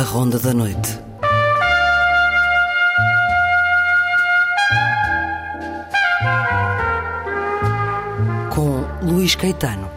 Ronda da Noite. Com Luís Caetano.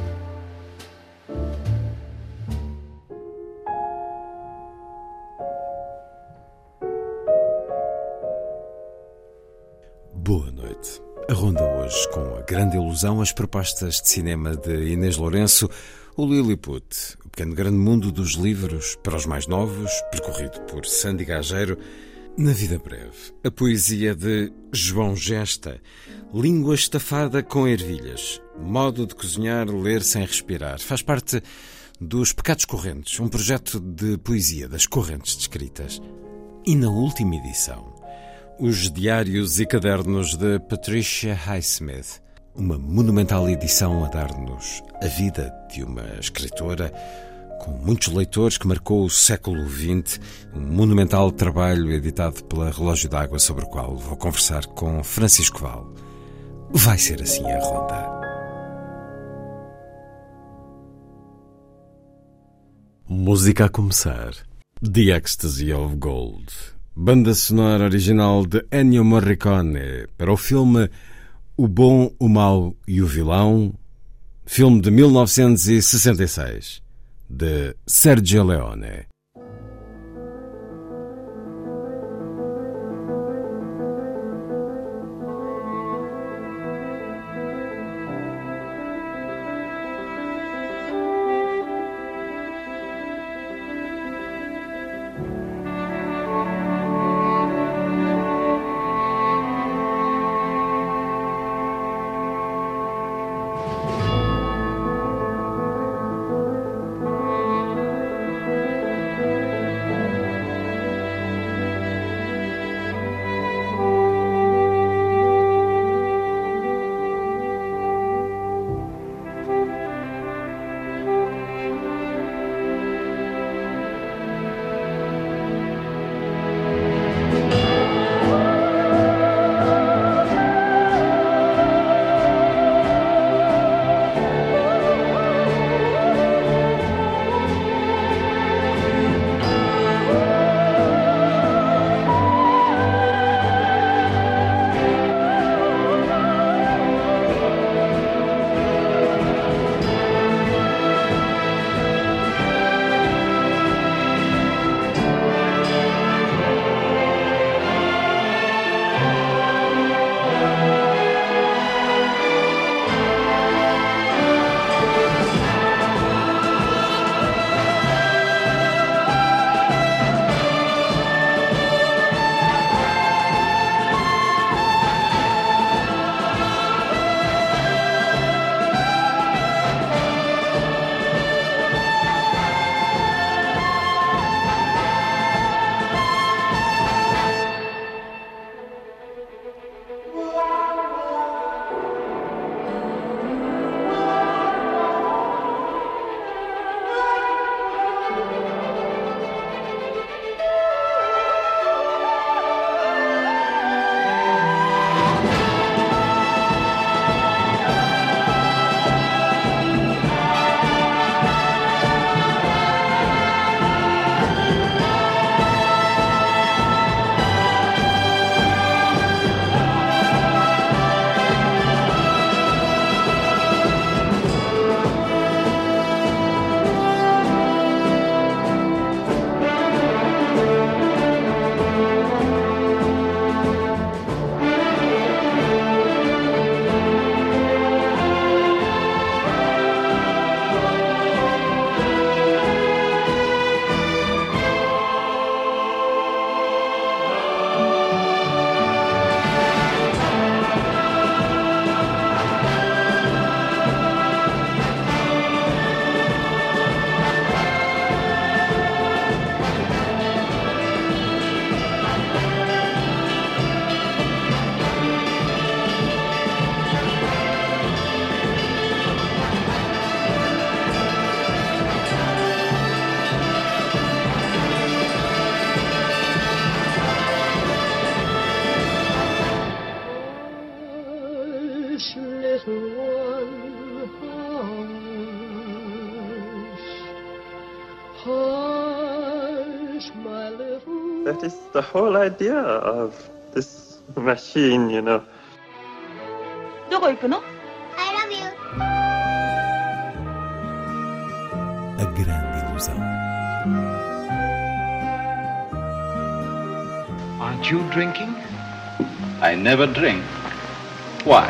Boa noite. A ronda hoje com A Grande Ilusão, as propostas de cinema de Inês Lourenço, o Lilliput, o pequeno grande mundo dos livros para os mais novos, percorrido por Sandy Gageiro. Na Vida Breve, a poesia de João Gesta, língua estafada com ervilhas, modo de cozinhar, ler sem respirar. Faz parte dos Pecados Correntes, um projeto de poesia das correntes descritas. E na última edição, os diários e cadernos de Patricia Highsmith, uma monumental edição a dar-nos a vida de uma escritora com muitos leitores que marcou o século XX, um monumental trabalho editado pela Relógio d'Água, sobre o qual vou conversar com Francisco Val. Vai ser assim a ronda. Música a começar. The Ecstasy of Gold. Banda sonora original de Ennio Morricone para o filme O Bom, o Mau e o Vilão, filme de 1966, de Sergio Leone. That is the whole idea of this machine, you know. どこ行くの? I love you. A Grande Ilusão. Aren't you drinking? I never drink. Why?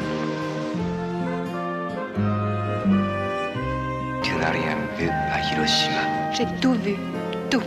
Tu n'as rien vu à Hiroshima. J'ai tout vu, tout.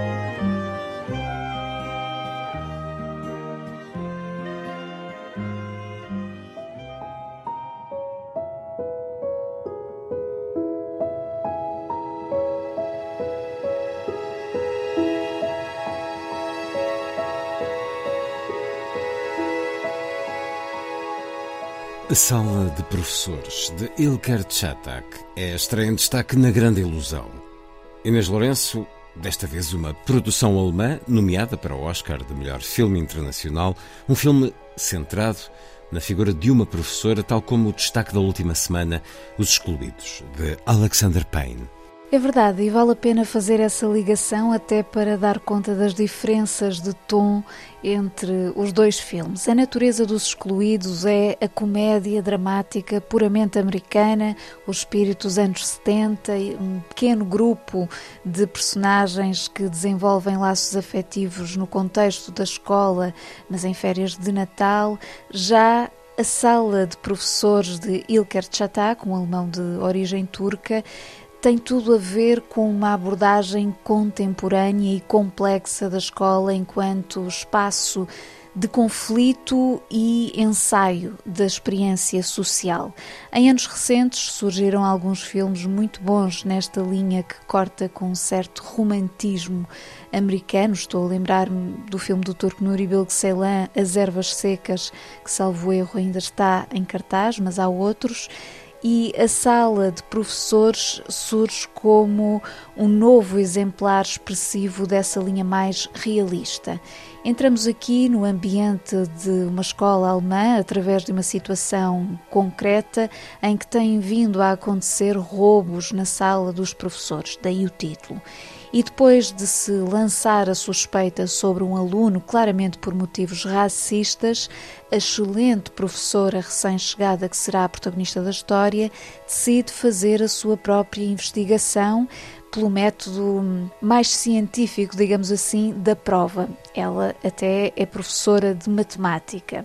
A Sala de Professores, de Ilker Čatak, é a estreia em destaque na Grande Ilusão. Inês Lourenço, desta vez uma produção alemã, nomeada para o Oscar de melhor filme internacional, um filme centrado na figura de uma professora, tal como o destaque da última semana, Os Excluídos, de Alexander Payne. É verdade, e vale a pena fazer essa ligação até para dar conta das diferenças de tom entre os dois filmes. A natureza dos Excluídos é a comédia dramática puramente americana, o espírito dos anos 70, um pequeno grupo de personagens que desenvolvem laços afetivos no contexto da escola, mas em férias de Natal. Já a Sala de Professores de Ilker Čatak, um alemão de origem turca, tem tudo a ver com uma abordagem contemporânea e complexa da escola enquanto espaço de conflito e ensaio da experiência social. Em anos recentes surgiram alguns filmes muito bons nesta linha que corta com um certo romantismo americano. Estou a lembrar-me do filme do turco Nuri Bilge Ceylan, As Ervas Secas, que salvo erro ainda está em cartaz, mas há outros. E a Sala de Professores surge como um novo exemplar expressivo dessa linha mais realista. Entramos aqui no ambiente de uma escola alemã através de uma situação concreta em que têm vindo a acontecer roubos na sala dos professores, daí o título. E depois de se lançar a suspeita sobre um aluno, claramente por motivos racistas, a excelente professora recém-chegada, que será a protagonista da história, decide fazer a sua própria investigação pelo método mais científico, digamos assim, da prova. Ela até é professora de matemática.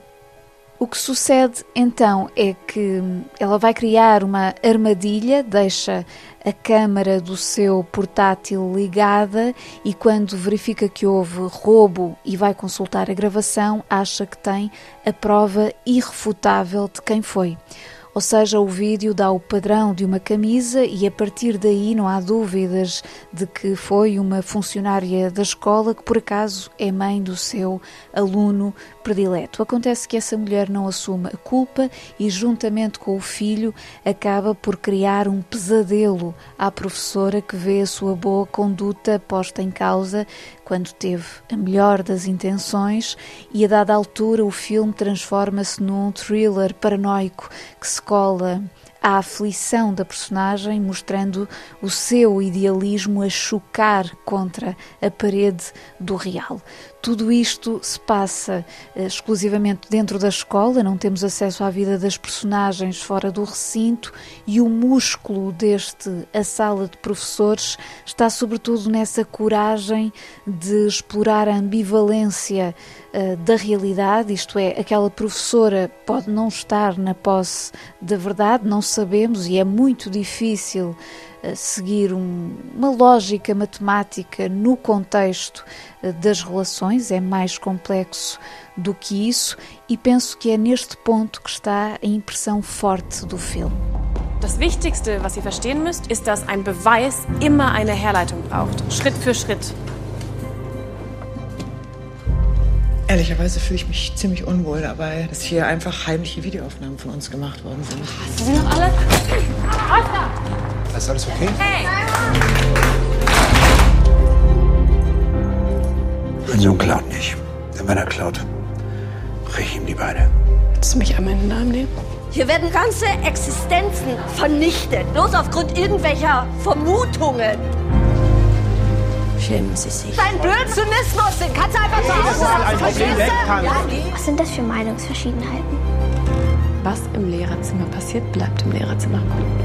O que sucede então é que ela vai criar uma armadilha, deixa a câmara do seu portátil ligada e quando verifica que houve roubo e vai consultar a gravação, acha que tem a prova irrefutável de quem foi. Ou seja, o vídeo dá o padrão de uma camisa e a partir daí não há dúvidas de que foi uma funcionária da escola que por acaso é mãe do seu aluno predileto. Acontece que essa mulher não assume a culpa e juntamente com o filho acaba por criar um pesadelo à professora que vê a sua boa conduta posta em causa quando teve a melhor das intenções e a dada altura o filme transforma-se num thriller paranoico que se cola à aflição da personagem, mostrando o seu idealismo a chocar contra a parede do real. Tudo isto se passa exclusivamente dentro da escola, não temos acesso à vida das personagens fora do recinto e o músculo deste A Sala de Professores está sobretudo nessa coragem de explorar a ambivalência da realidade, isto é, aquela professora pode não estar na posse da verdade, não sabemos e é muito difícil seguir uma lógica matemática no contexto das relações, é mais complexo do que isso e penso que é neste ponto que está a impressão forte do filme. Das Wichtigste, was ihr verstehen müsst, ist, dass ein Beweis immer eine Herleitung braucht, Schritt für Schritt. Ehrlicherweise fühle ich mich ziemlich unwohl dabei, dass hier einfach heimliche Videoaufnahmen von uns gemacht worden sind. Sie sind doch alle... Oskar! Ist alles okay? Hey! Mein Sohn klaut nicht. Denn wenn er klaut, brech ich ihm die Beine. Willst du mich einmal in den Arm nehmen? Hier werden ganze Existenzen vernichtet, bloß aufgrund irgendwelcher Vermutungen. Schämen Sie sich. Dein Blödsinnismus, den kannst du einfach zu Hause lassen. Verstehst du? Was sind das für Meinungsverschiedenheiten? Was im Lehrerzimmer passiert, bleibt im Lehrerzimmer.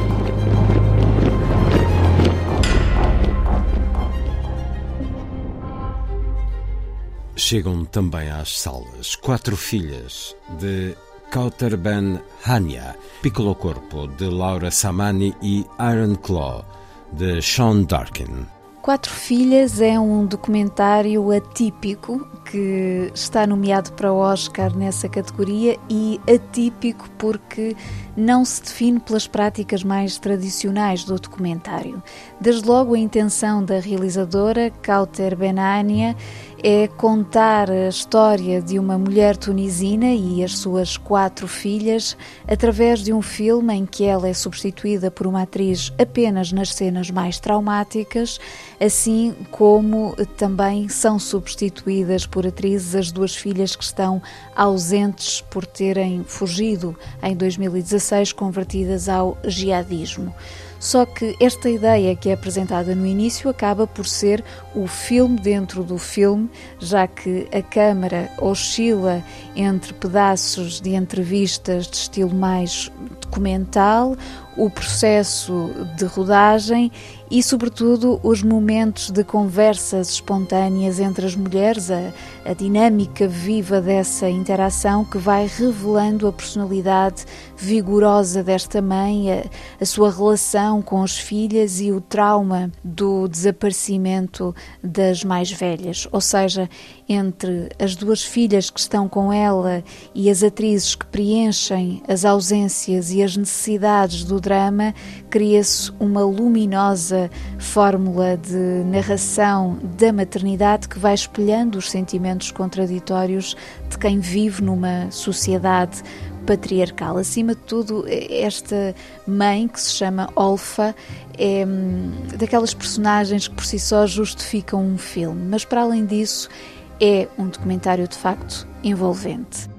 Chegam também às salas 4 filhas de Kauter Ben Hania, Piccolo Corpo, de Laura Samani e Iron Claw, de Sean Darkin. 4 Filhas é um documentário atípico que está nomeado para o Oscar nessa categoria, e atípico porque não se define pelas práticas mais tradicionais do documentário. Desde logo, a intenção da realizadora, Kauter Ben Hania, é contar a história de uma mulher tunisina e as suas 4 filhas através de um filme em que ela é substituída por uma atriz apenas nas cenas mais traumáticas, assim como também são substituídas por atrizes as 2 filhas que estão ausentes por terem fugido em 2016, convertidas ao jihadismo. Só que esta ideia que é apresentada no início acaba por ser o filme dentro do filme, já que a câmara oscila entre pedaços de entrevistas de estilo mais documental, o processo de rodagem e, sobretudo, os momentos de conversas espontâneas entre as mulheres, a dinâmica viva dessa interação que vai revelando a personalidade vigorosa desta mãe, a sua relação com as filhas e o trauma do desaparecimento das mais velhas. Ou seja, entre as 2 filhas que estão com ela e as atrizes que preenchem as ausências e as necessidades do drama, cria-se uma luminosa fórmula de narração da maternidade que vai espelhando os sentimentos contraditórios de quem vive numa sociedade patriarcal. Acima de tudo, esta mãe, que se chama Olfa, é daquelas personagens que por si só justificam um filme, mas para além disso é um documentário de facto envolvente.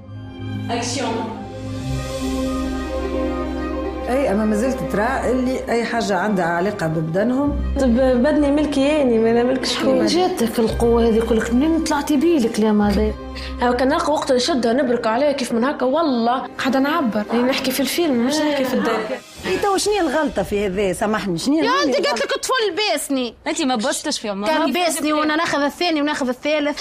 Action. اي اما ما زلت ترى اللي اي حاجه عندها علاقه ببدنهم. بدني ملكي يعني ما ملك شكون. جاتك القوه هذه كلك منين طلعتي بيه الكلام هذا؟ هاو كان نلقى وقت نشدها نبرك عليها كيف من هكا، والله قاعده نعبر يعني نحكي في الفيلم مش نحكي في الدار. انت وشنو الغلطه في هذا؟ سامحني شنو يا انت قالت لك الطفل باسني، انت ما بستش في عمرك. كان باسني وانا ناخذ الثاني وناخذ الثالث.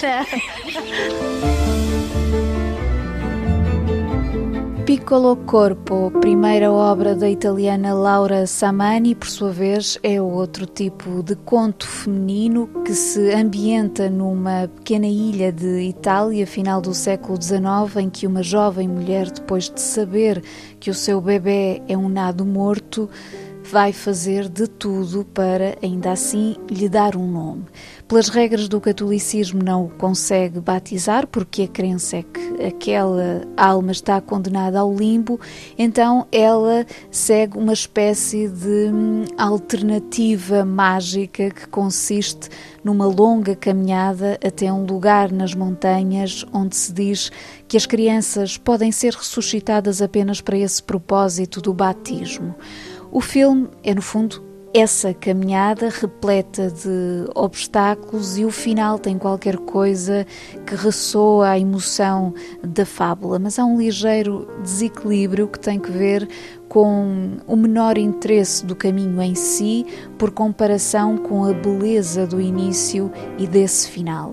Piccolo Corpo, primeira obra da italiana Laura Samani, por sua vez, é outro tipo de conto feminino que se ambienta numa pequena ilha de Itália, final do século XIX, em que uma jovem mulher, depois de saber que o seu bebê é um nado morto, vai fazer de tudo para, ainda assim, lhe dar um nome. Pelas regras do catolicismo não o consegue batizar, porque a crença é que aquela alma está condenada ao limbo, então ela segue uma espécie de alternativa mágica que consiste numa longa caminhada até um lugar nas montanhas onde se diz que as crianças podem ser ressuscitadas apenas para esse propósito do batismo. O filme é, no fundo, essa caminhada repleta de obstáculos e o final tem qualquer coisa que ressoa a emoção da fábula, mas há um ligeiro desequilíbrio que tem que ver com o menor interesse do caminho em si por comparação com a beleza do início e desse final.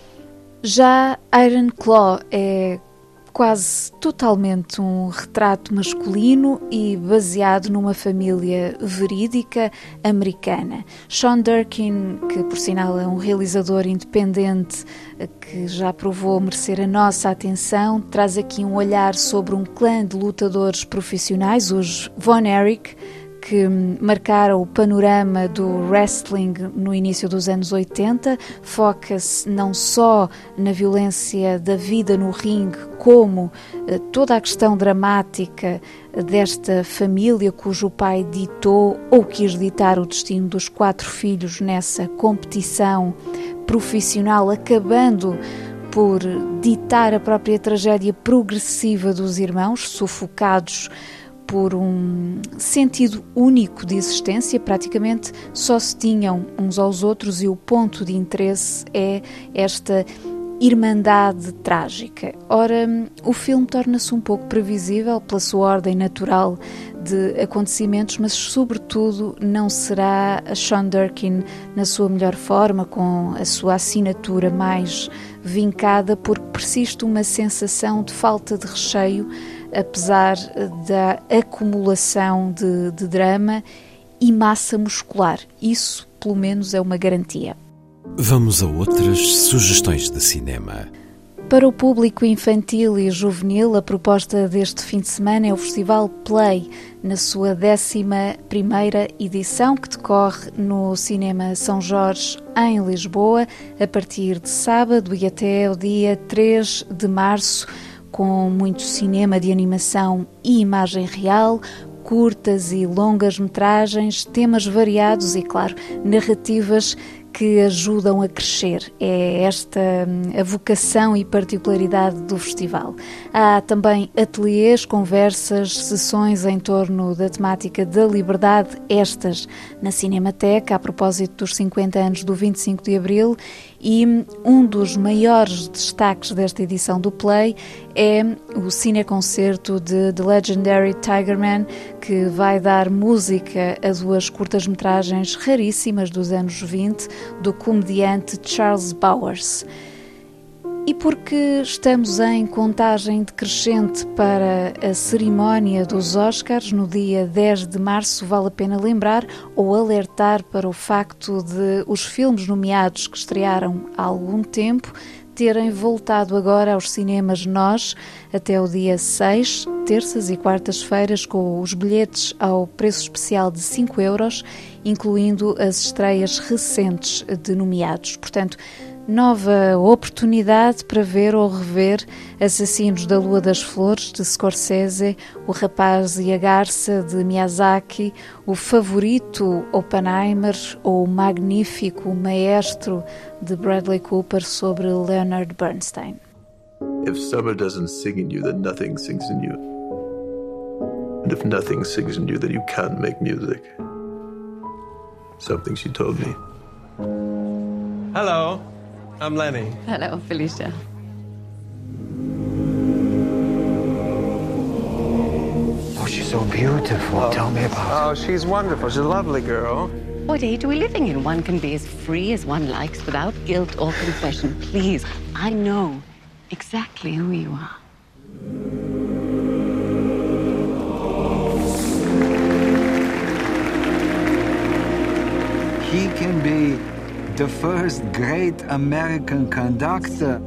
Já Iron Claw é quase totalmente um retrato masculino e baseado numa família verídica americana. Sean Darkin, que por sinal é um realizador independente que já provou merecer a nossa atenção, traz aqui um olhar sobre um clã de lutadores profissionais, os Von Erich, que marcaram o panorama do wrestling no início dos anos 80, foca-se não só na violência da vida no ringue, como toda a questão dramática desta família cujo pai ditou ou quis ditar o destino dos 4 filhos nessa competição profissional, acabando por ditar a própria tragédia progressiva dos irmãos, sufocados por um sentido único de existência, praticamente só se tinham uns aos outros e o ponto de interesse é esta irmandade trágica. Ora, o filme torna-se um pouco previsível pela sua ordem natural de acontecimentos, mas sobretudo não será a Sean Durkin na sua melhor forma, com a sua assinatura mais vincada, porque persiste uma sensação de falta de recheio, apesar da acumulação de drama e massa muscular. Isso, pelo menos, é uma garantia. Vamos a outras sugestões de cinema. Para o público infantil e juvenil, a proposta deste fim de semana é o Festival Play, na sua 11ª edição, que decorre no Cinema São Jorge, em Lisboa, a partir de sábado e até o dia 3 de março, com muito cinema de animação e imagem real, curtas e longas metragens, temas variados e, claro, narrativas que ajudam a crescer. É esta a vocação e particularidade do festival. Há também ateliês, conversas, sessões em torno da temática da liberdade, estas na Cinemateca, a propósito dos 50 anos do 25 de Abril, e um dos maiores destaques desta edição do Play é o cineconcerto de The Legendary Tigerman, que vai dar música a duas curtas-metragens raríssimas dos anos 20, do comediante Charles Bowers. E porque estamos em contagem decrescente para a cerimónia dos Oscars, no dia 10 de março, vale a pena lembrar ou alertar para o facto de os filmes nomeados que estrearam há algum tempo terem voltado agora aos cinemas até o dia 6, terças e quartas-feiras, com os bilhetes ao preço especial de 5 €, incluindo as estreias recentes de nomeados. Portanto, nova oportunidade para ver ou rever Assassinos da Lua das Flores, de Scorsese, O Rapaz e a Garça, de Miyazaki, O Favorito, Oppenheimer, ou O Magnífico Maestro, de Bradley Cooper, sobre Leonard Bernstein. If summer doesn't sing in you, then nothing sings in you. And if nothing sings in you, then you can't make music. Something she told me. Hello. I'm Lenny. Hello, Felicia. Oh, she's so beautiful. Tell me about her. Oh, she's wonderful. She's a lovely girl. What age are we living in? One can be as free as one likes without guilt or confession. Please, I know exactly who you are. He can be the first great American conductor.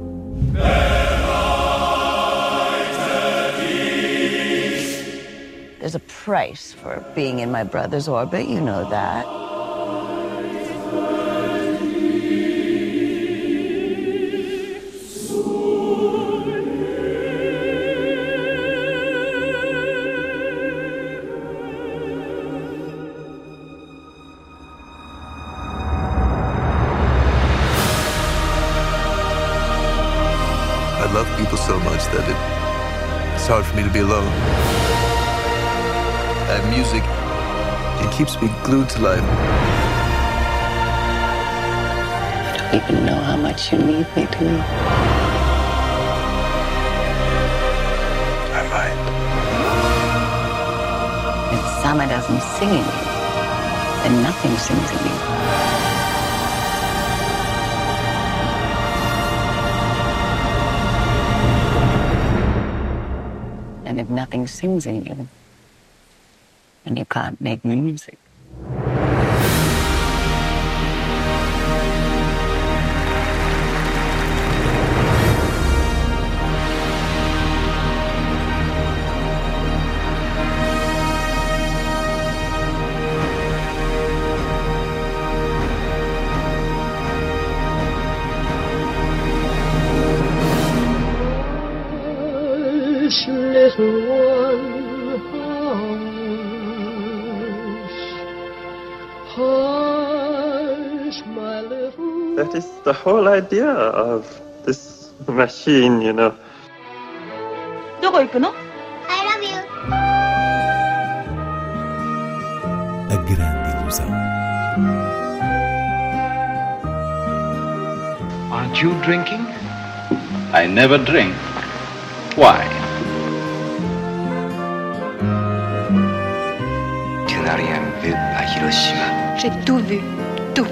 There's a price for being in my brother's orbit, you know that. I love people so much that it's hard for me to be alone. That music, it keeps me glued to life. I don't even know how much you need me to. I might. If summer doesn't sing in you, then nothing sings in you. And if nothing sings in you, then you can't make music. Little one, hush, my little. That is the whole idea of this machine, you know. どこ行くの? I love you. A Grande Ilusão. Aren't you drinking? I never drink. Why? Tu n'as rien vu à Hiroshima. J'ai tout vu, tout.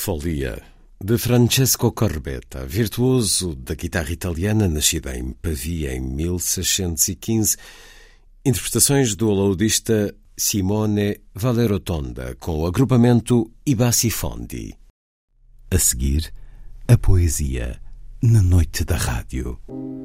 Folia, de Francesco Corbetta, virtuoso da guitarra italiana, nascido em Pavia em 1615, interpretações do alaudista Simone Valerotonda, com o agrupamento I Bassi Fondi. A seguir, a poesia na noite da rádio.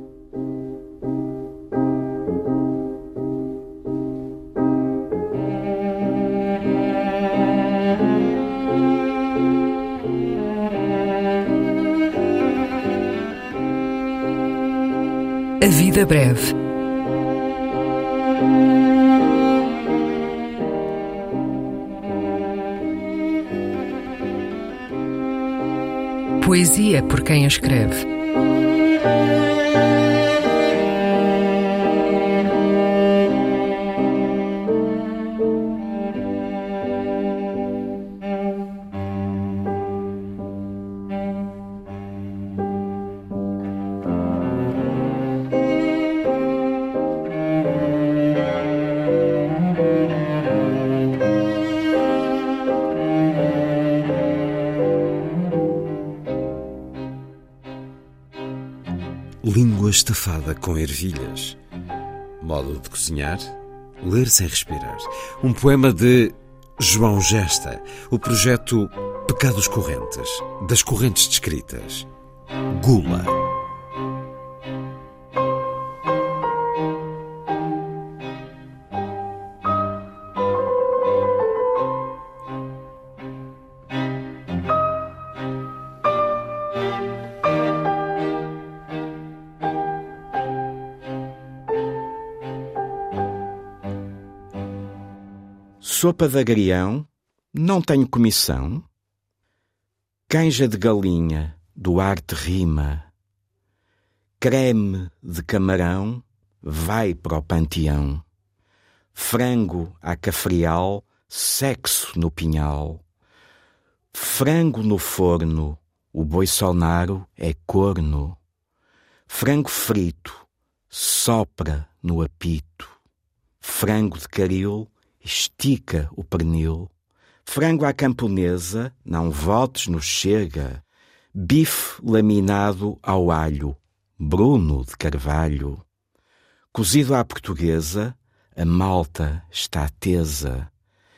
A vida breve. Poesia por quem a escreve. Língua estafada com ervilhas. Modo de cozinhar, ler sem respirar. Um poema de João Gesta. O projeto Pecados Correntes, das correntes descritas. Gula. Sopa de agrião, não tenho comissão. Canja de galinha, do arte rima. Creme de camarão, vai para o panteão. Frango à cafrial, sexo no pinhal. Frango no forno, o Bolsonaro é corno. Frango frito, sopra no apito. Frango de caril, estica o pernil. Frango à camponesa, não votes no Chega. Bife laminado ao alho, Bruno de Carvalho. Cozido à portuguesa, a malta está tesa.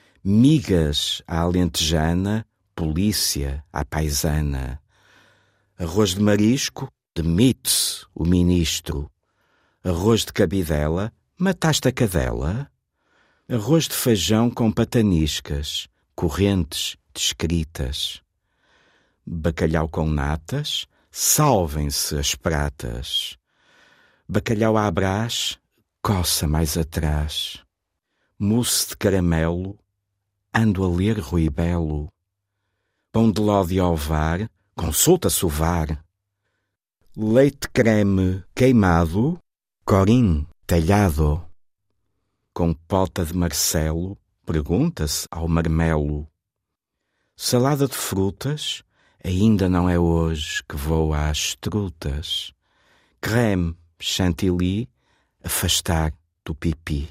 Migas à alentejana, polícia à paisana. Arroz de marisco, demite-se o ministro. Arroz de cabidela, mataste a cadela? Arroz de feijão com pataniscas, correntes descritas. Bacalhau com natas, salvem-se as pratas. Bacalhau à brás, coça mais atrás. Mousse de caramelo, ando a ler Rui Belo. Pão de ló de ovar, consulta-se o VAR. Leite creme queimado, corim talhado. Com pota de Marcelo, pergunta-se ao marmelo. Salada de frutas, ainda não é hoje que vou às trutas. Creme chantilly, afastar do pipi.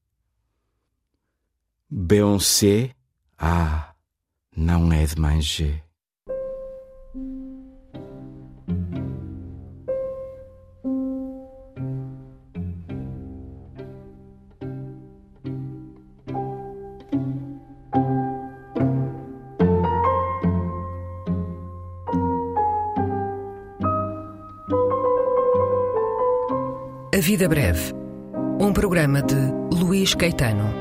Beyoncé, não é de manger. A Vida Breve, um programa de Luís Caetano.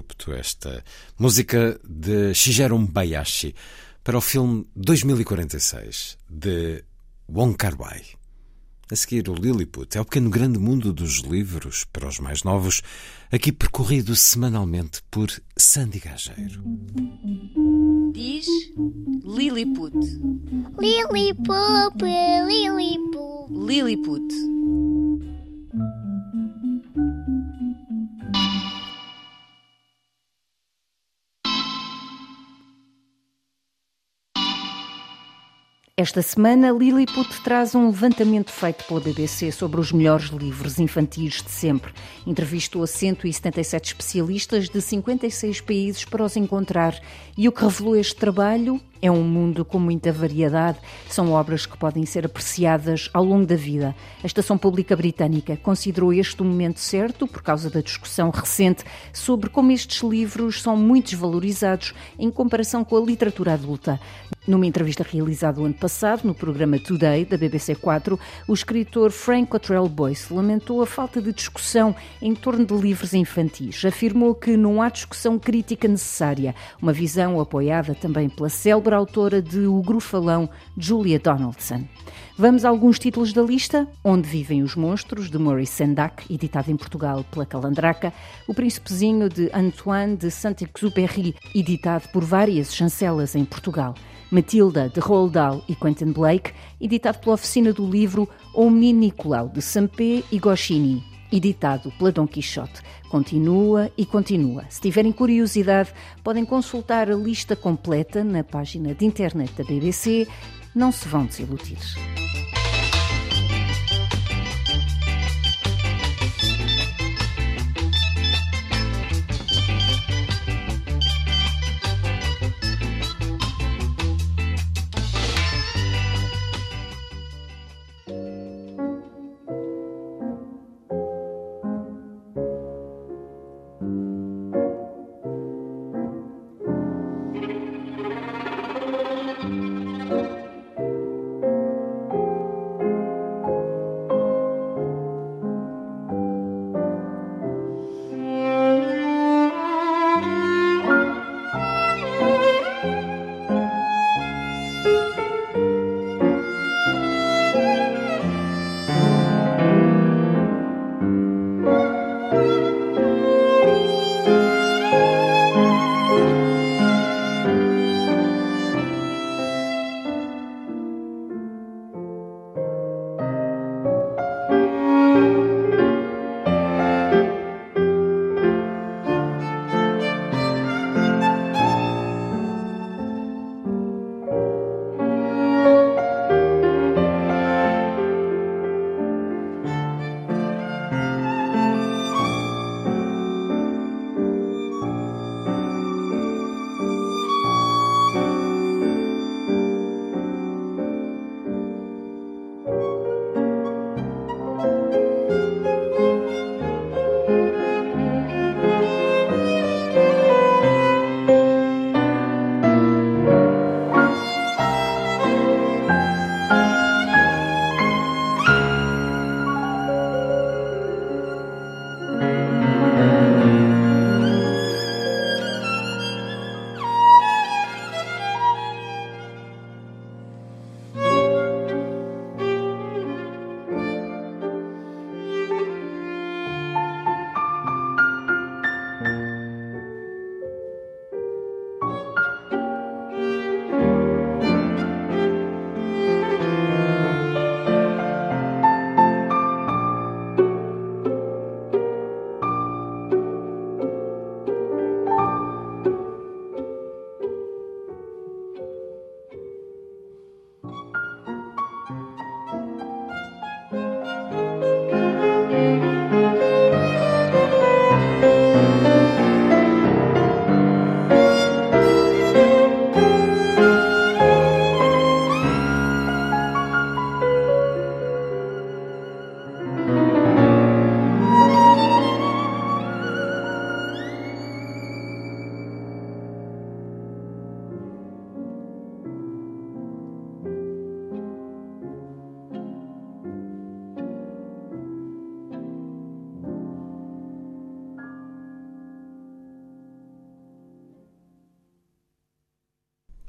abrupto esta música de Shigeru Bayashi para o filme 2046 de Wong Kar-wai. A seguir, o Lilliput é o pequeno grande mundo dos livros para os mais novos, aqui percorrido semanalmente por Sandy Gageiro. Diz Lilliput. Lilliput, Lilliput. Lilliput. Esta semana, Lilliput traz um levantamento feito pela BBC sobre os melhores livros infantis de sempre. Entrevistou 177 especialistas de 56 países para os encontrar. E o que revelou este trabalho é um mundo com muita variedade. São obras que podem ser apreciadas ao longo da vida. A Estação Pública Britânica considerou este o momento certo por causa da discussão recente sobre como estes livros são muito desvalorizados em comparação com a literatura adulta. Numa entrevista realizada o ano passado, no programa Today, da BBC 4, o escritor Frank Cottrell Boyce lamentou a falta de discussão em torno de livros infantis. Afirmou que não há discussão crítica necessária, uma visão apoiada também pela célebre autora de O Grufalão, Julia Donaldson. Vamos a alguns títulos da lista: Onde Vivem os Monstros, de Maurice Sendak, editado em Portugal pela Calandraca; O Príncipezinho, de Antoine de Saint-Exupéry, editado por várias chancelas em Portugal; Matilda, de Roald Dahl e Quentin Blake, editado pela Oficina do Livro; ou O Menino Nicolau, de Sampé e Goscinny, editado pela Dom Quixote. Continua e continua. Se tiverem curiosidade, podem consultar a lista completa na página de internet da BBC. Não se vão desiludir.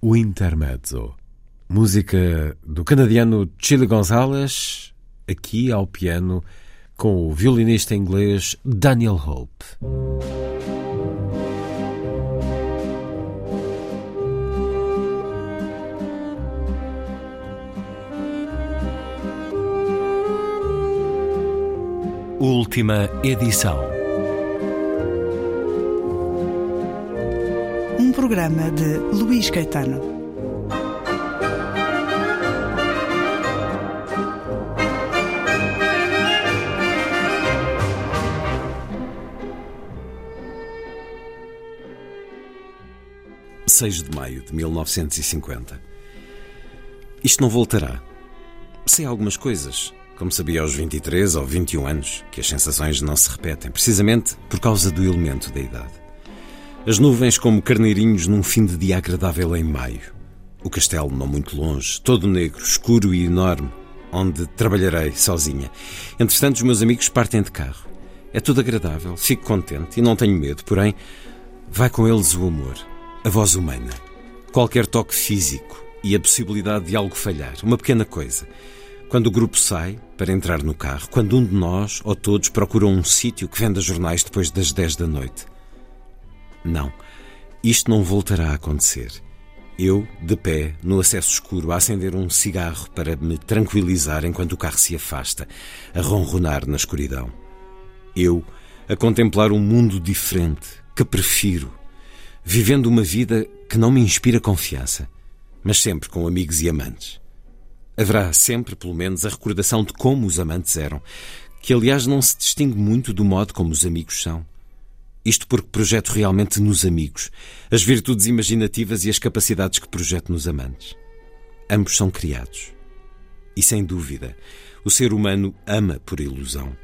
O Intermezzo, música do canadiano Chili Gonzalez, aqui ao piano com o violinista inglês Daniel Hope. Última edição. Um programa de Luís Caetano. – 6 de maio de 1950. Isto não voltará. Sei algumas coisas, como sabia aos 23 ou 21 anos, que as sensações não se repetem, precisamente por causa do elemento da idade. As nuvens como carneirinhos num fim de dia agradável em maio. O castelo não muito longe, todo negro, escuro e enorme, onde trabalharei sozinha. Entretanto, os meus amigos partem de carro. É tudo agradável, fico contente e não tenho medo, porém, vai com eles o amor, a voz humana. Qualquer toque físico e a possibilidade de algo falhar, uma pequena coisa. Quando o grupo sai para entrar no carro, quando um de nós ou todos procuram um sítio que venda jornais depois das 10 da noite. Não, isto não voltará a acontecer. Eu, de pé, no acesso escuro, a acender um cigarro para me tranquilizar enquanto o carro se afasta, a ronronar na escuridão. Eu, a contemplar um mundo diferente, que prefiro, vivendo uma vida que não me inspira confiança, mas sempre com amigos e amantes. Haverá sempre, pelo menos, a recordação de como os amantes eram, que aliás não se distingue muito do modo como os amigos são. Isto porque projeto realmente nos amigos as virtudes imaginativas e as capacidades que projeto nos amantes. Ambos são criados. E, sem dúvida, o ser humano ama por ilusão.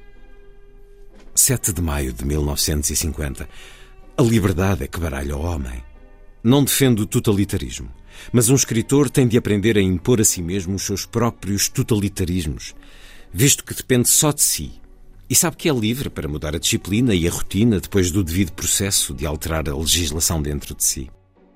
7 de maio de 1950. A liberdade é que baralha o homem. Não defendo o totalitarismo, mas um escritor tem de aprender a impor a si mesmo os seus próprios totalitarismos, visto que depende só de si. E sabe que é livre para mudar a disciplina e a rotina depois do devido processo de alterar a legislação dentro de si.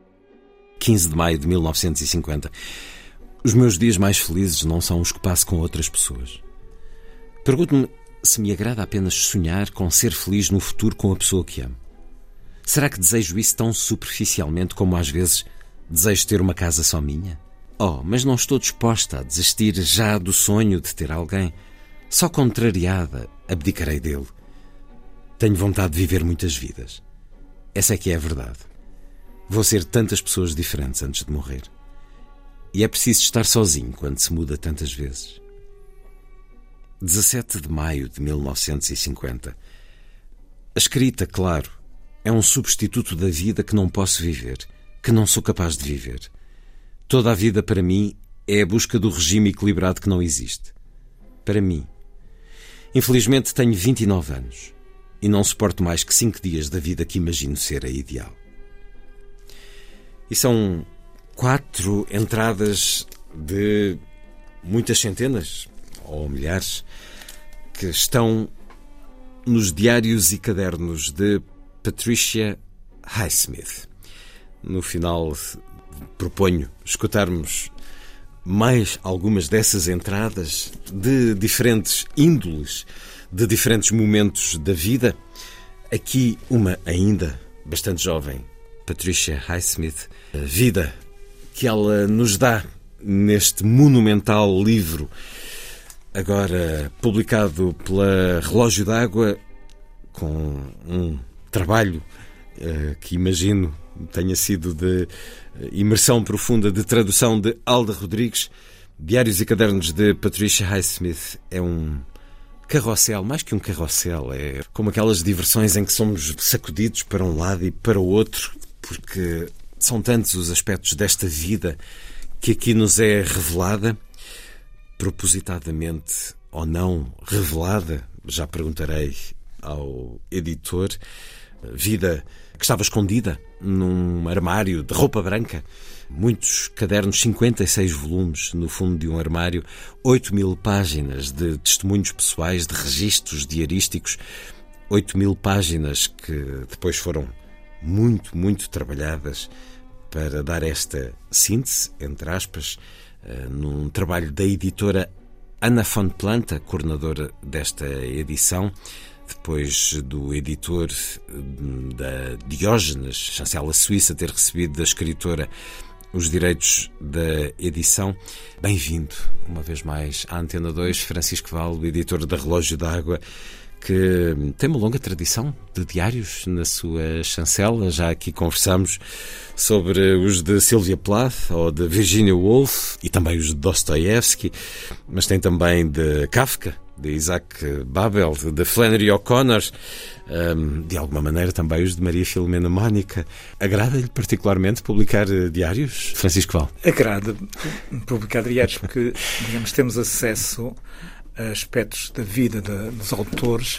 15 de maio de 1950. Os meus dias mais felizes não são os que passo com outras pessoas. Pergunto-me se me agrada apenas sonhar com ser feliz no futuro com a pessoa que amo. Será que desejo isso tão superficialmente como às vezes desejo ter uma casa só minha? Oh, mas não estou disposta a desistir já do sonho de ter alguém. Só contrariada, abdicarei dele. Tenho vontade de viver muitas vidas. Essa é que é a verdade. Vou ser tantas pessoas diferentes antes de morrer. E é preciso estar sozinho quando se muda tantas vezes. 17 de maio de 1950. A escrita, claro, é um substituto da vida que não posso viver, que não sou capaz de viver. Toda a vida, para mim, é a busca do regime equilibrado que não existe. Para mim. Infelizmente tenho 29 anos e não suporto mais que 5 dias da vida que imagino ser a ideal. E são 4 entradas de muitas centenas ou milhares que estão nos diários e cadernos de Patricia Highsmith. No final, proponho escutarmos mais algumas dessas entradas de diferentes índoles, de diferentes momentos da vida. Aqui uma ainda bastante jovem, Patricia Highsmith, a vida que ela nos dá neste monumental livro, agora publicado pela Relógio d'Água, com um trabalho que imagino tenha sido de imersão profunda, de tradução de Alda Rodrigues. Diários e Cadernos de Patricia Highsmith é um carrossel, mais que um carrossel, é como aquelas diversões em que somos sacudidos para um lado e para o outro, porque são tantos os aspectos desta vida que aqui nos é revelada, propositadamente ou não revelada, já perguntarei ao editor. Vida que estava escondida num armário de roupa branca. Muitos cadernos, 56 volumes no fundo de um armário, 8.000 páginas de testemunhos pessoais, de registros diarísticos, 8.000 páginas que depois foram muito, muito trabalhadas para dar esta síntese, entre aspas, num trabalho da editora Anna von Planta, coordenadora desta edição, depois do editor da Diógenes, chancela suíça, ter recebido da escritora os direitos da edição. Bem-vindo, uma vez mais, à Antena 2, Francisco Val, editor da Relógio d'Água, que tem uma longa tradição de diários na sua chancela. Já aqui conversamos sobre os de Sylvia Plath ou de Virginia Woolf e também os de Dostoiévski, mas tem também de Kafka, de Isaac Babel, de Flannery O'Connor, de alguma maneira também os de Maria Filomena Mónica. Agrada-lhe particularmente publicar diários, Francisco Val? Agrada publicar diários porque, digamos, temos acesso a aspectos da vida dos autores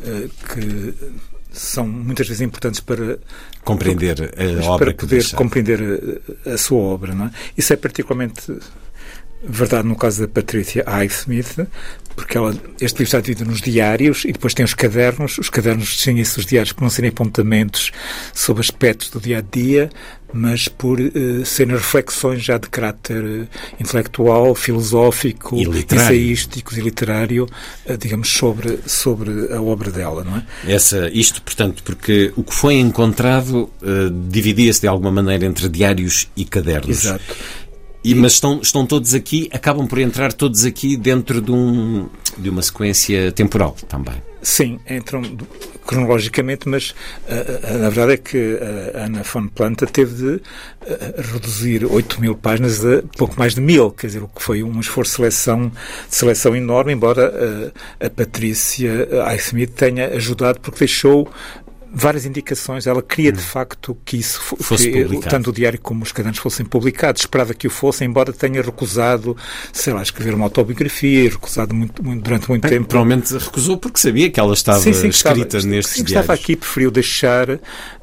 que são muitas vezes importantes para compreender a obra, para poder compreender a sua obra, não é? Isso é particularmente verdade no caso da Patricia Highsmith, porque este livro está dividido nos diários e depois tem os cadernos. Os cadernos distinguem-se dos diários por não serem apontamentos sobre aspectos do dia-a-dia, mas por serem reflexões já de caráter intelectual, filosófico, ensaístico e literário, digamos, sobre a obra dela, não é? Isto, portanto, porque o que foi encontrado dividia-se de alguma maneira entre diários e cadernos. Exato. Mas estão todos aqui, acabam por entrar todos aqui dentro de uma sequência temporal também. Sim, entram cronologicamente, mas a verdade é que a Anna von Planta teve de reduzir 8.000 páginas a pouco mais de 1.000, quer dizer, o que foi um esforço de seleção enorme, embora a Patricia Highsmith tenha ajudado, porque deixou várias indicações. Ela queria de facto que isso fosse publicado, tanto o diário como os cadernos fossem publicados. Esperava que o fossem, embora tenha recusado, escrever uma autobiografia, recusado durante muito tempo. Provavelmente recusou porque sabia que ela estava escrita nestes diários. Estava aqui, preferiu deixar,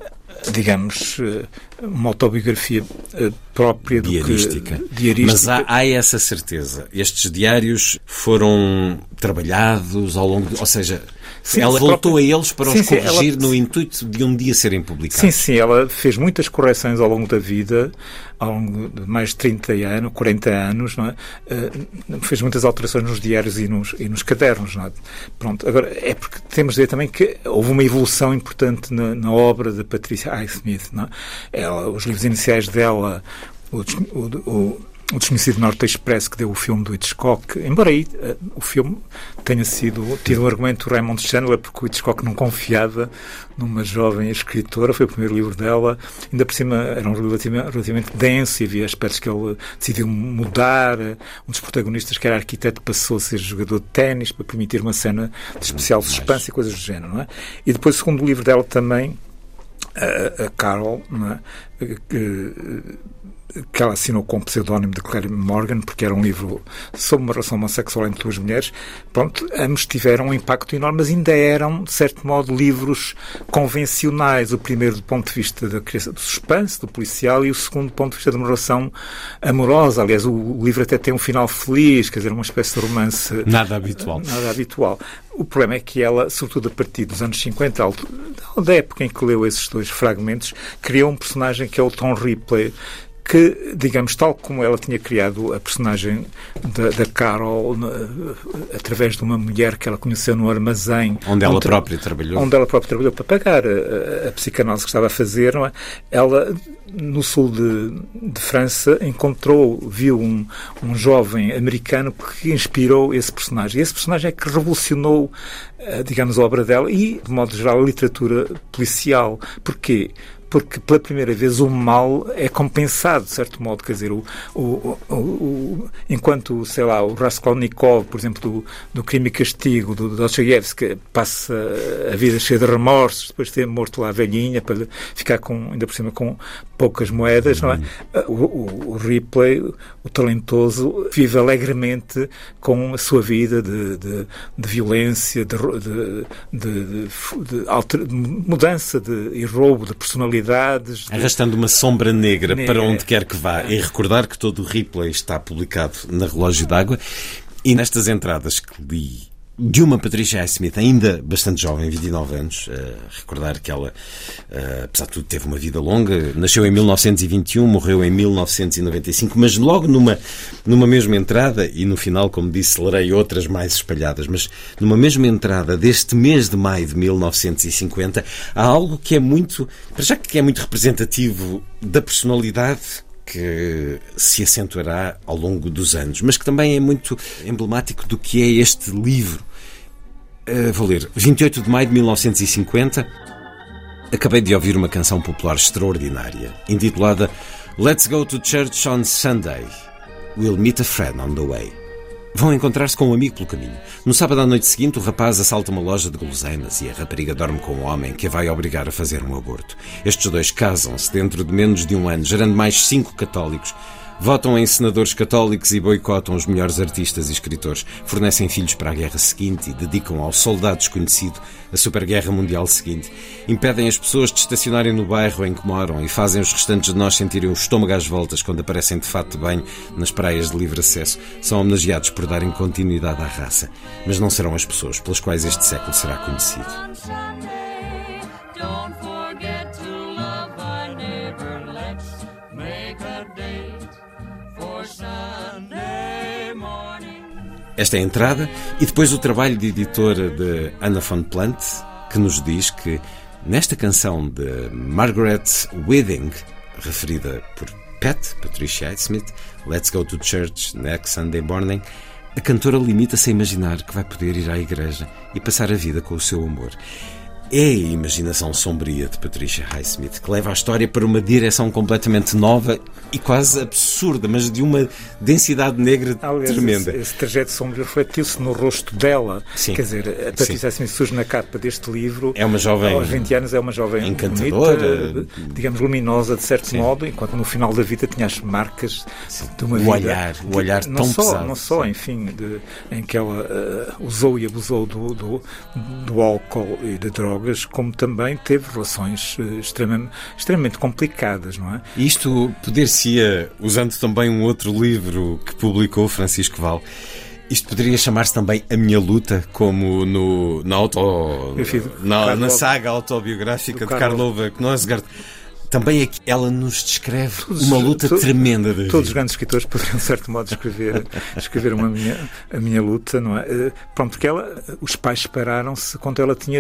digamos, uma autobiografia própria diarística. Mas há essa certeza. Estes diários foram trabalhados ao longo ou seja, ela voltou a eles para os corrigir no intuito de um dia serem publicados. Sim, ela fez muitas correções ao longo da vida, ao longo de mais de 30 anos, 40 anos, não é? Fez muitas alterações nos diários e nos cadernos, não é? Pronto, agora, é porque temos de dizer também que houve uma evolução importante na obra de Patricia Highsmith, não é? Os livros iniciais dela, o Desconhecido Norte Expresso, que deu o filme do Hitchcock, embora aí o filme tenha tido um argumento do Raymond Chandler, porque o Hitchcock não confiava numa jovem escritora, foi o primeiro livro dela, ainda por cima era um livro relativamente denso e havia aspectos que ele decidiu mudar. Um dos protagonistas, que era arquiteto, passou a ser jogador de ténis para permitir uma cena de especial suspense e coisas do género, não é? E depois o segundo livro dela também, a Carol, não é? Que ela assinou com o pseudónimo de Claire Morgan, porque era um livro sobre uma relação homossexual entre duas mulheres. Pronto, ambos tiveram um impacto enorme, mas ainda eram, de certo modo, livros convencionais. O primeiro do ponto de vista da criação do suspense, do policial, e o segundo do ponto de vista de uma relação amorosa. Aliás, o livro até tem um final feliz, quer dizer, uma espécie de romance... Nada habitual. Nada habitual. O problema é que ela, sobretudo a partir dos anos 50, da época em que leu esses dois fragmentos, criou um personagem que é o Tom Ripley, que, digamos, tal como ela tinha criado a personagem da Carol através de uma mulher que ela conheceu no armazém onde ela própria trabalhou para pagar a psicanálise que estava a fazer, não é? Ela, no sul de França, viu um jovem americano que inspirou esse personagem. E esse personagem é que revolucionou, digamos, a obra dela e, de modo geral, a literatura policial. Porquê? Porque pela primeira vez o mal é compensado, de certo modo, quer dizer, enquanto, sei lá, o Raskolnikov, por exemplo, do Crime e Castigo, do Dostoiévski, passa a vida cheia de remorsos, depois de ter morto lá a velhinha, para ficar ainda por cima com poucas moedas, não é? O Ripley, o talentoso, vive alegremente com a sua vida de violência, de mudança e roubo de personalidade, arrastando uma sombra negra para onde quer que vá. E recordar que todo o Ripley está publicado na Relógio d'Água, e nestas entradas que li de uma Patricia Highsmith ainda bastante jovem, 29 anos. Recordar que ela, apesar de tudo, teve uma vida longa. Nasceu em 1921, morreu em 1995, mas logo numa mesma entrada, e no final, como disse, lerei outras mais espalhadas, mas numa mesma entrada deste mês de maio de 1950, há algo que é muito, para já que é muito representativo da personalidade que se acentuará ao longo dos anos, mas que também é muito emblemático do que é este livro. Vou ler. 28 de maio de 1950, acabei de ouvir uma canção popular extraordinária, intitulada Let's Go to Church on Sunday. We'll meet a friend on the way. Vão encontrar-se com um amigo pelo caminho. No sábado à noite seguinte, o rapaz assalta uma loja de guloseimas e a rapariga dorme com um homem que a vai obrigar a fazer um aborto. Estes dois casam-se dentro de menos de um ano, gerando mais 5 católicos. Votam em senadores católicos e boicotam os melhores artistas e escritores. Fornecem filhos para a guerra seguinte e dedicam ao soldado desconhecido a superguerra mundial seguinte. Impedem as pessoas de estacionarem no bairro em que moram e fazem os restantes de nós sentirem o estômago às voltas quando aparecem de fato de banho nas praias de livre acesso. São homenageados por darem continuidade à raça, mas não serão as pessoas pelas quais este século será conhecido. Esta é a entrada e depois o trabalho de editora de Anna von Plant, que nos diz que nesta canção de Margaret Withing, referida por Patricia Highsmith, Let's Go to Church Next Sunday Morning, a cantora limita-se a imaginar que vai poder ir à igreja e passar a vida com o seu amor. É a imaginação sombria de Patricia Highsmith que leva a história para uma direção completamente nova e quase absurda, mas de uma densidade negra tremenda. Esse trajeto sombrio refletiu-se no rosto dela. Sim. Quer dizer, a Patricia Highsmith surge na capa deste livro. É uma jovem... Aos 20 anos é uma jovem encantadora, bonita, digamos, luminosa, de certo modo, enquanto no final da vida tinha as marcas de uma vida... O olhar tão pesado. Não só, enfim, em que ela usou e abusou do álcool e da droga, como também teve relações extremamente complicadas, não é? Isto poder-se-ia, usando também um outro livro que publicou Francisco Val, isto poderia chamar-se também A Minha Luta, como na saga autobiográfica de Karlova Knausgaard. Também aqui ela nos descreve uma luta tremenda da vida. Todos os grandes escritores poderiam, de certo modo, escrever a minha luta, não é? Pronto, porque os pais separaram-se quando ela tinha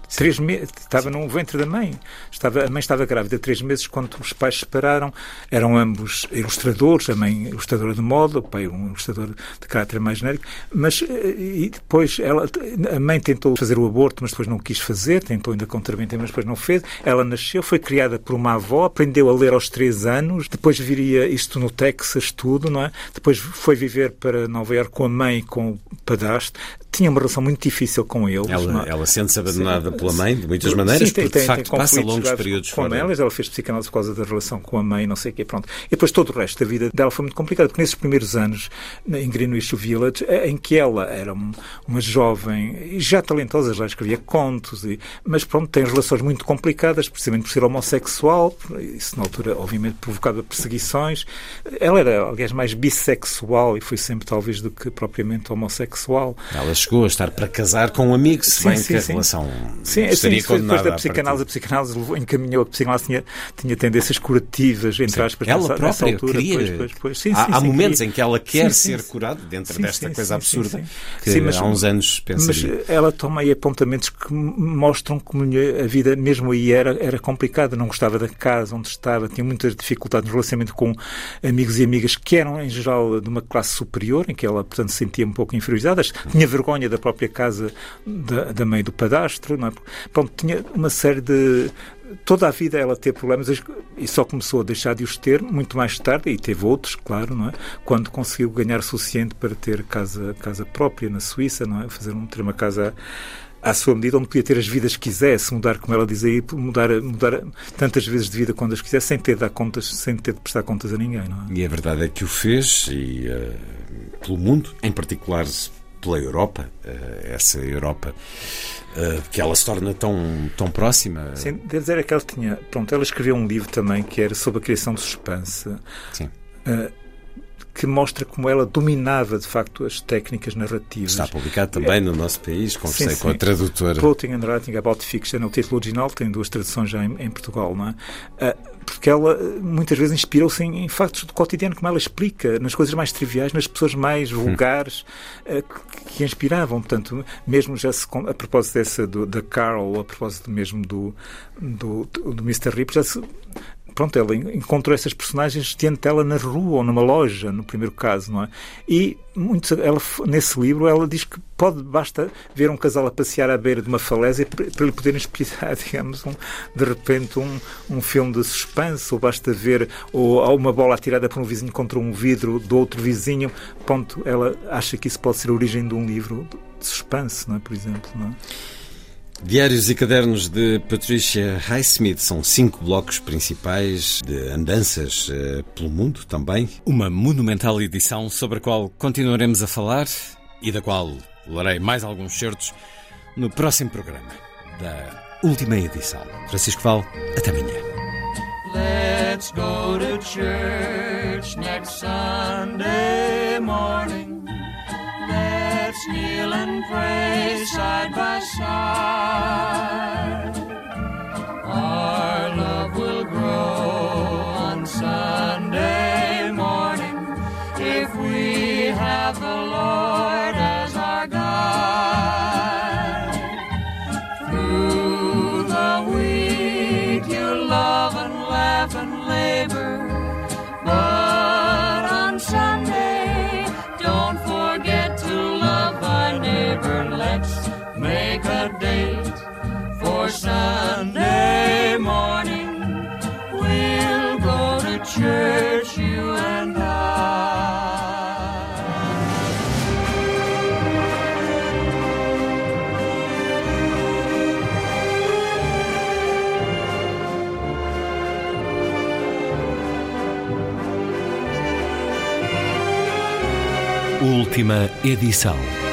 3 meses, estava no ventre da mãe. A mãe estava grávida 3 meses quando os pais se separaram. Eram ambos ilustradores, a mãe ilustradora de moda, o pai um ilustrador de caráter mais genérico. Mas e depois a mãe tentou fazer o aborto, mas depois não quis fazer, tentou ainda com mas depois não fez. Ela nasceu, foi criada por uma avó, aprendeu a ler aos 3 anos, depois viria isto no Texas, tudo, não é? Depois foi viver para Nova Iorque com a mãe e com o padrasto. Tinha uma relação muito difícil com eles. Ela sente-se abandonada pela mãe, de muitas maneiras, porque de facto passa longos períodos fora. Ela fez psicanálise por causa da relação com a mãe, não sei o quê, pronto. E depois todo o resto da vida dela foi muito complicado, porque nesses primeiros anos, em Greenwich Village, em que ela era uma jovem, já talentosa, já escrevia contos, mas pronto, tem relações muito complicadas, precisamente por ser homossexual. Isso na altura obviamente provocava perseguições. Ela era, aliás, mais bissexual e foi sempre talvez do que propriamente homossexual. Ela chegou a estar para casar com um amigo, se bem que a relação estaria condenada. Depois da psicanálise, a psicanálise encaminhou, a psicanálise tinha tendências curativas, entre aspas, ela própria nessa altura. Queria. Há momentos em que ela quer ser curada dentro desta coisa absurda que há uns anos pensaria. Mas ela toma aí apontamentos que mostram como a vida mesmo aí era complicada, não gostava da casa onde estava, tinha muitas dificuldades no relacionamento com amigos e amigas que eram, em geral, de uma classe superior, em que ela, portanto, se sentia um pouco inferiorizada, tinha vergonha da própria casa da mãe do padastro, não é? Pronto, tinha uma série de... Toda a vida ela teve problemas e só começou a deixar de os ter muito mais tarde, e teve outros, claro, não é? Quando conseguiu ganhar o suficiente para ter casa própria na Suíça, não é? Ter uma casa à sua medida, onde podia ter as vidas que quisesse, mudar, como ela diz aí, mudar tantas vezes de vida quando as quisesse, sem ter de prestar contas a ninguém, não é? E a verdade é que o fez, e pelo mundo, em particular pela Europa, essa Europa que ela se torna tão próxima. Sim, devo dizer que ela ela escreveu um livro também que era sobre a criação de suspense. Sim. que mostra como ela dominava, de facto, as técnicas narrativas. Está publicado também no nosso país, conversei com a tradutora. Plotting and Writing About Fiction, o título original, tem 2 traduções já em Portugal, não é? Porque ela muitas vezes inspirou-se em factos do cotidiano, como ela explica, nas coisas mais triviais, nas pessoas mais vulgares que inspiravam. Portanto, mesmo já a propósito dessa da Carol, a propósito mesmo do Mr. Rip, já se... Pronto, ela encontrou essas personagens diante dela na rua ou numa loja, no primeiro caso, não é? E ela, nesse livro ela diz que basta ver um casal a passear à beira de uma falésia para lhe poderem explicar, digamos, de repente um filme de suspense, ou basta ver ou uma bola atirada por um vizinho contra um vidro do outro vizinho. Pronto, ela acha que isso pode ser a origem de um livro de suspense, não é? Por exemplo, não é? Diários e Cadernos de Patricia Highsmith são 5 blocos principais de andanças pelo mundo também. Uma monumental edição sobre a qual continuaremos a falar e da qual lerei mais alguns certos no próximo programa da última edição. Francisco Val, até amanhã. Let's go to church next Sunday morning. Let's kneel and pray side by side. Our love will grow on Sunday morning if we have the Lord as our guide. Through the week you love and laugh and labor, but on Sunday don't forget to love thy neighbor. Let's make a date for Sunday morning. We'll go to church, you and Última edição.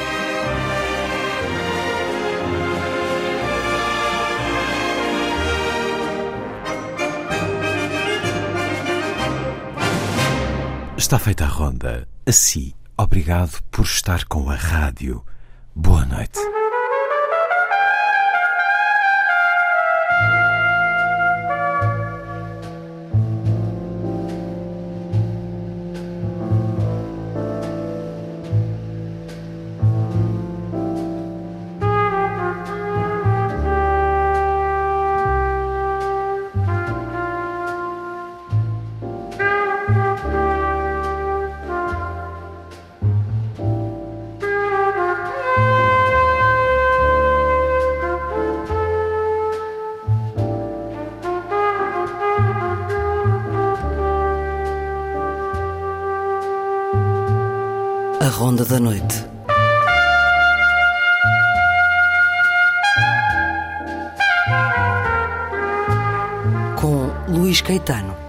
Está feita a ronda. Assim, obrigado por estar com a rádio. Boa noite. A Ronda da Noite. Com Luís Caetano.